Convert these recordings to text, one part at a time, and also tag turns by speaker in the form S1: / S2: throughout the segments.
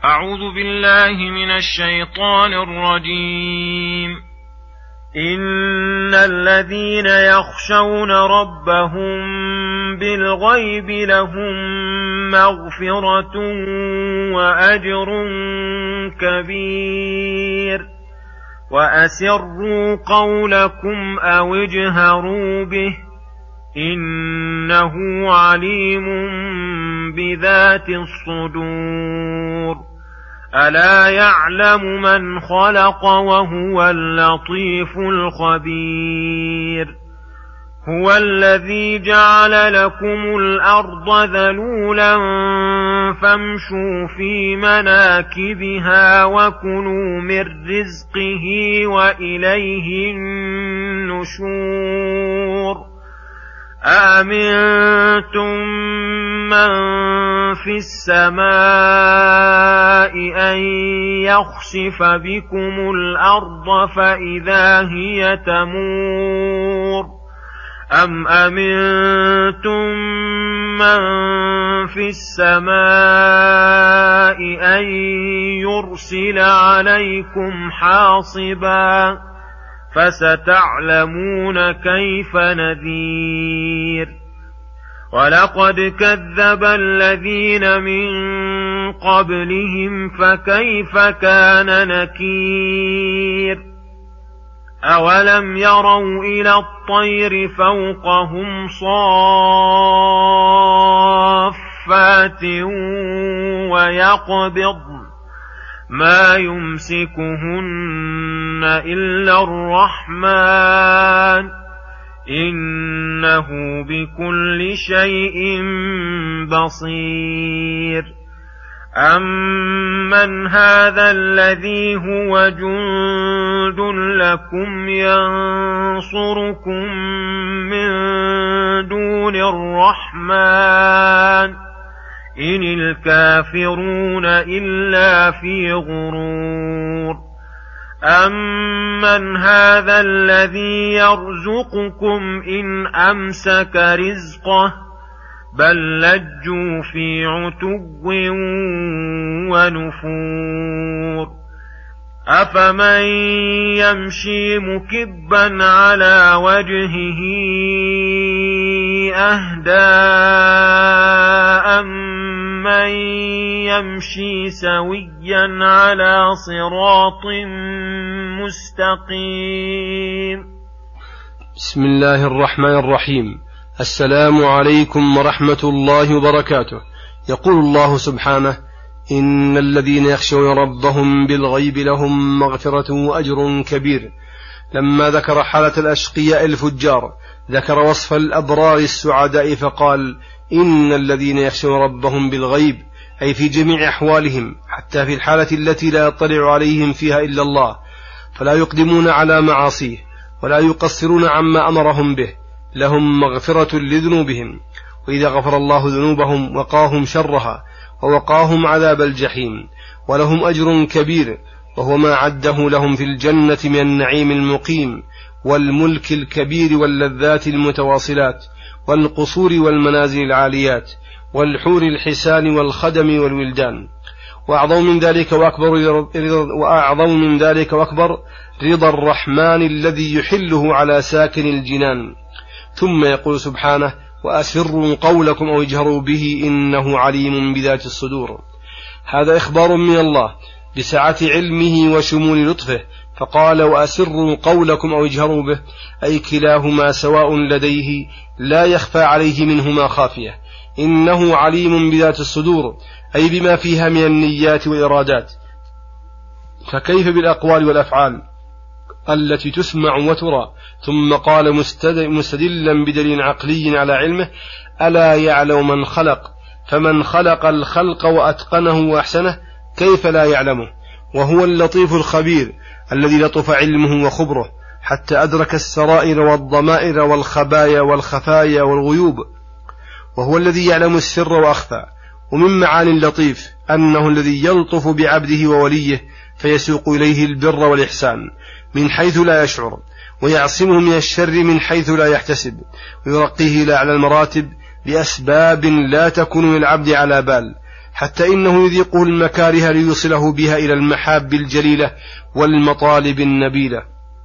S1: أعوذ بالله من الشيطان الرجيم. إن الذين يخشون ربهم بالغيب لهم مغفرة وأجر كبير. وأسروا قولكم أو اجهروا به إنه عليم بذات الصدور. ألا يعلم من خلق وهو اللطيف الخبير. هو الذي جعل لكم الأرض ذلولا فامشوا في مناكبها وكلوا من رزقه وإليه النشور. أأمنتم من في السماء أن يخسف بكم الأرض فإذا هي تمور أم أمنتم من في السماء أن يرسل عليكم حاصبا فستعلمون كيف نذير. ولقد كذب الذين من قبلهم فكيف كان نكير. أولم يروا إلى الطير فوقهم صافات ويقبضن ما يمسكهن إلا الرحمن إنه بكل شيء بصير. أمن هذا الذي هو جند لكم ينصركم من دون الرحمن إن الكافرون إلا في غرور. أمن هذا الذي يرزقكم إن أمسك رزقه بل لجوا في عتو ونفور. أفمن يمشي مكبا على وجهه أهدى أمن يمشي سويا على صراط مستقيم.
S2: بسم الله الرحمن الرحيم. السلام عليكم ورحمة الله وبركاته. يقول الله سبحانه: إن الذين يخشون ربهم بالغيب لهم مغفرة وأجر كبير. لما ذكر حالة الأشقياء الفجار ذكر وصف الأبرار السعداء فقال: إن الذين يخشون ربهم بالغيب، أي في جميع أحوالهم حتى في الحالة التي لا يطلع عليهم فيها إلا الله، فلا يقدمون على معاصيه ولا يقصرون عما أمرهم به، لهم مغفرة لذنوبهم، وإذا غفر الله ذنوبهم وقاهم شرها ووقاهم عذاب الجحيم. ولهم أجر كبير وهو ما عده لهم في الجنة من النعيم المقيم والملك الكبير واللذات المتواصلات والقصور والمنازل العاليات والحور الحسان والخدم والولدان. وأعظم من ذلك وأكبر رضا الرحمن الذي يحله على ساكن الجنان. ثم يقول سبحانه: وأسروا قولكم أو اجهروا به إنه عليم بذات الصدور. هذا إخبار من الله بسعة علمه وشمول لطفه، فقال: وأسروا قولكم أو اجهروا به، أي كلاهما سواء لديه لا يخفى عليه منهما خافية. إنه عليم بذات الصدور، أي بما فيها من النيات والإرادات. فكيف بالأقوال والأفعال التي تسمع وترى؟ ثم قال مستدلا بدليل عقلي على علمه: ألا يعلم من خلق؟ فمن خلق الخلق وأتقنه وأحسنه كيف لا يعلمه؟ وهو اللطيف الخبير الذي لطف علمه وخبره حتى أدرك السرائر والضمائر والخبايا والخفايا والغيوب، وهو الذي يعلم السر وأخفى. ومن معاني اللطيف أنه الذي يلطف بعبده ووليه فيسوق إليه البر والإحسان من حيث لا يشعر، ويعصمه من الشر من حيث لا يحتسب، ويرقيه إلى أعلى المراتب بأسباب لا تكون للعبد على بال، حتى إنه يذيقه المكاره ليوصله بها إلى المحاب الجليلة والمطالب النبيلة.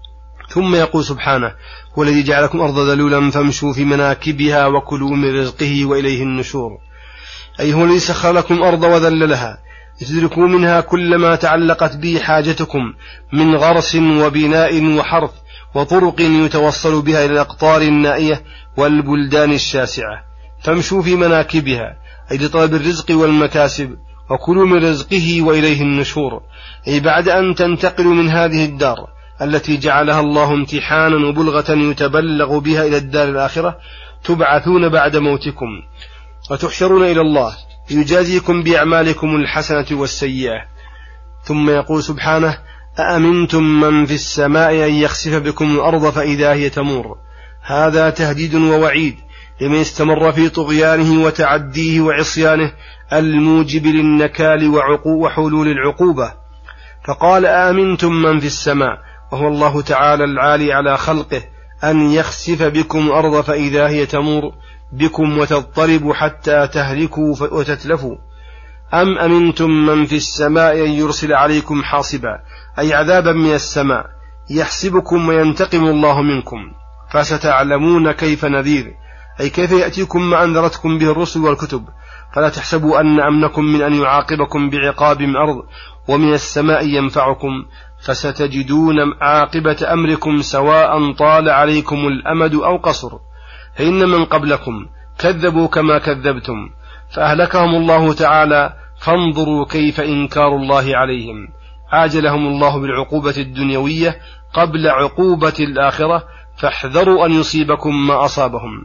S2: ثم يقول سبحانه: هو الذي جعلكم أرض ذلولا فامشوا في مناكبها وكلوا من رزقه وإليه النشور. أي هو الذي سخر لكم أرض وذللها لتدركوا منها كل ما تعلقت به حاجتكم من غرس وبناء وحرث وطرق يتوصل بها إلى الأقطار النائية والبلدان الشاسعة. فامشوا في مناكبها أي لطلب الرزق والمكاسب، وكلوا من رزقه وإليه النشور، أي بعد أن تنتقلوا من هذه الدار التي جعلها الله امتحانا وبلغة يتبلغ بها إلى الدار الآخرة، تبعثون بعد موتكم وتحشرون إلى الله يجازيكم بأعمالكم الحسنة والسيئة. ثم يقول سبحانه: أأمنتم من في السماء أن يخسف بكم الأرض فإذا هي تمور. هذا تهديد ووعيد لمن استمر في طغيانه وتعديه وعصيانه الموجب للنكال وحلول العقوبة. فقال: أأمنتم من في السماء، وهو الله تعالى العالي على خلقه، أن يخسف بكم الأرض فإذا هي تمور بكم وتضطرب حتى تهلكوا وتتلفوا. أم أمنتم من في السماء أن يرسل عليكم حاصبا، أي عذابا من السماء يحسبكم وينتقم الله منكم، فستعلمون كيف نذير، أي كيف يأتيكم ما أنذرتكم به الرسل والكتب. فلا تحسبوا أن أمنكم من أن يعاقبكم بعقاب من أرض ومن السماء ينفعكم، فستجدون عاقبة أمركم سواء طال عليكم الأمد أو قصر. فإن من قبلكم كذبوا كما كذبتم فأهلكهم الله تعالى، فانظروا كيف إنكار الله عليهم. عاجلهم الله بالعقوبة الدنيوية قبل عقوبة الآخرة، فاحذروا أن يصيبكم ما أصابهم.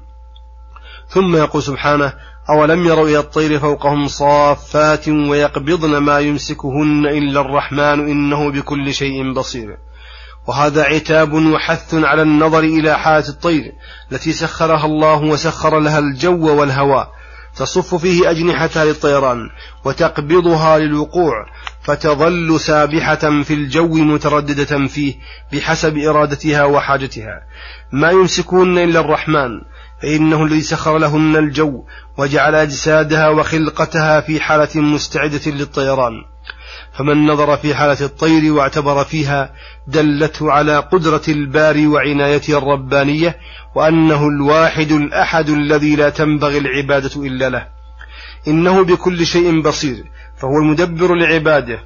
S2: ثم يقول سبحانه: أولم يروا إلى الطير فوقهم صافات ويقبضن ما يمسكهن إلا الرحمن إنه بكل شيء بصير. وهذا عتاب وحث على النظر إلى حالة الطير التي سخرها الله وسخر لها الجو والهواء، تصف فيه أجنحتها للطيران وتقبضها للوقوع، فتظل سابحة في الجو مترددة فيه بحسب إرادتها وحاجتها. ما يمسكون إلا الرحمن، فإنه الذي سخر لهن الجو وجعل أجسادها وخلقتها في حالة مستعدة للطيران. فمن نظر في حالة الطير واعتبر فيها دلته على قدرة الباري وعنايته الربانية، وأنه الواحد الأحد الذي لا تنبغي العبادة إلا له. إنه بكل شيء بصير، فهو المدبر لعباده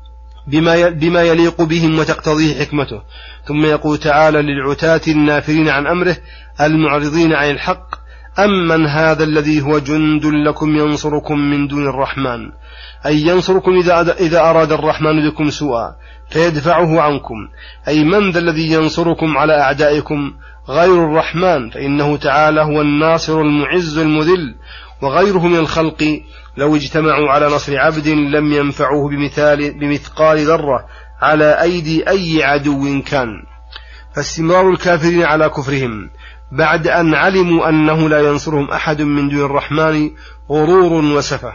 S2: بما يليق بهم وتقتضيه حكمته. ثم يقول تعالى للعتاة النافرين عن أمره المعرضين عن الحق: أمن هذا الذي هو جند لكم ينصركم من دون الرحمن، أي ينصركم إذا أراد الرحمن بكم سوءا فيدفعه عنكم. أي من ذا الذي ينصركم على أعدائكم غير الرحمن، فإنه تعالى هو الناصر المعز المذل، وغيره من الخلق لو اجتمعوا على نصر عبد لم ينفعوه بمثقال ذرة على أيدي أي عدو كان. فاستمرار الكافرين على كفرهم بعد أن علموا أنه لا ينصرهم أحد من دون الرحمن غرور وسفه.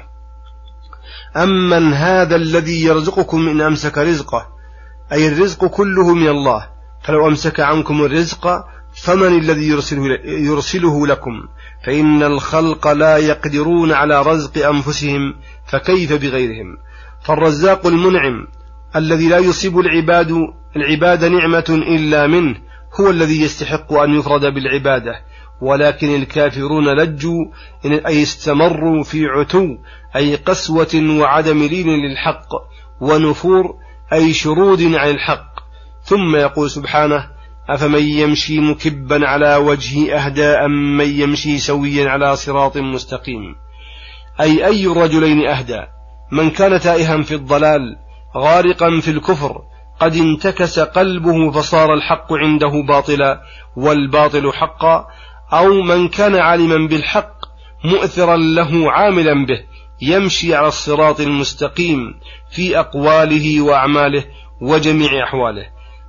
S2: أمن هذا الذي يرزقكم إن أمسك رزقه، أي الرزق كله من الله، فلو أمسك عنكم الرزق فمن الذي يرسله لكم؟ فإن الخلق لا يقدرون على رزق أنفسهم، فكيف بغيرهم؟ فالرزاق المنعم الذي لا يصيب العباد نعمة إلا منه هو الذي يستحق أن يفرد بالعبادة. ولكن الكافرون لجوا أي استمروا في عتو، أي قسوة وعدم لين للحق، ونفور أي شرود عن الحق. ثم يقول سبحانه: أفمن يمشي مكبا على وجهه أهدى أم من يمشي سويا على صراط مستقيم. أي الرجلين أهدى؟ من كان تائها في الضلال غارقا في الكفر قد انتكس قلبه فصار الحق عنده باطلا والباطل حقا، أو من كان عالما بالحق مؤثرا له عاملا به يمشي على الصراط المستقيم في أقواله وأعماله وجميع أحواله.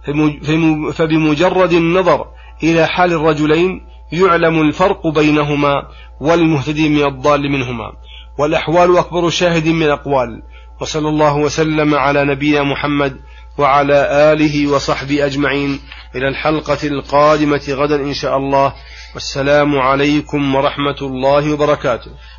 S2: فبمجرد النظر إلى حال الرجلين يعلم الفرق بينهما والمهتدي من الضال منهما، والأحوال أكبر شاهد من الأقوال. وصلى الله وسلم على نبينا محمد وعلى آله وصحبه أجمعين، إلى الحلقة القادمة غدا إن شاء الله، والسلام عليكم ورحمة الله وبركاته.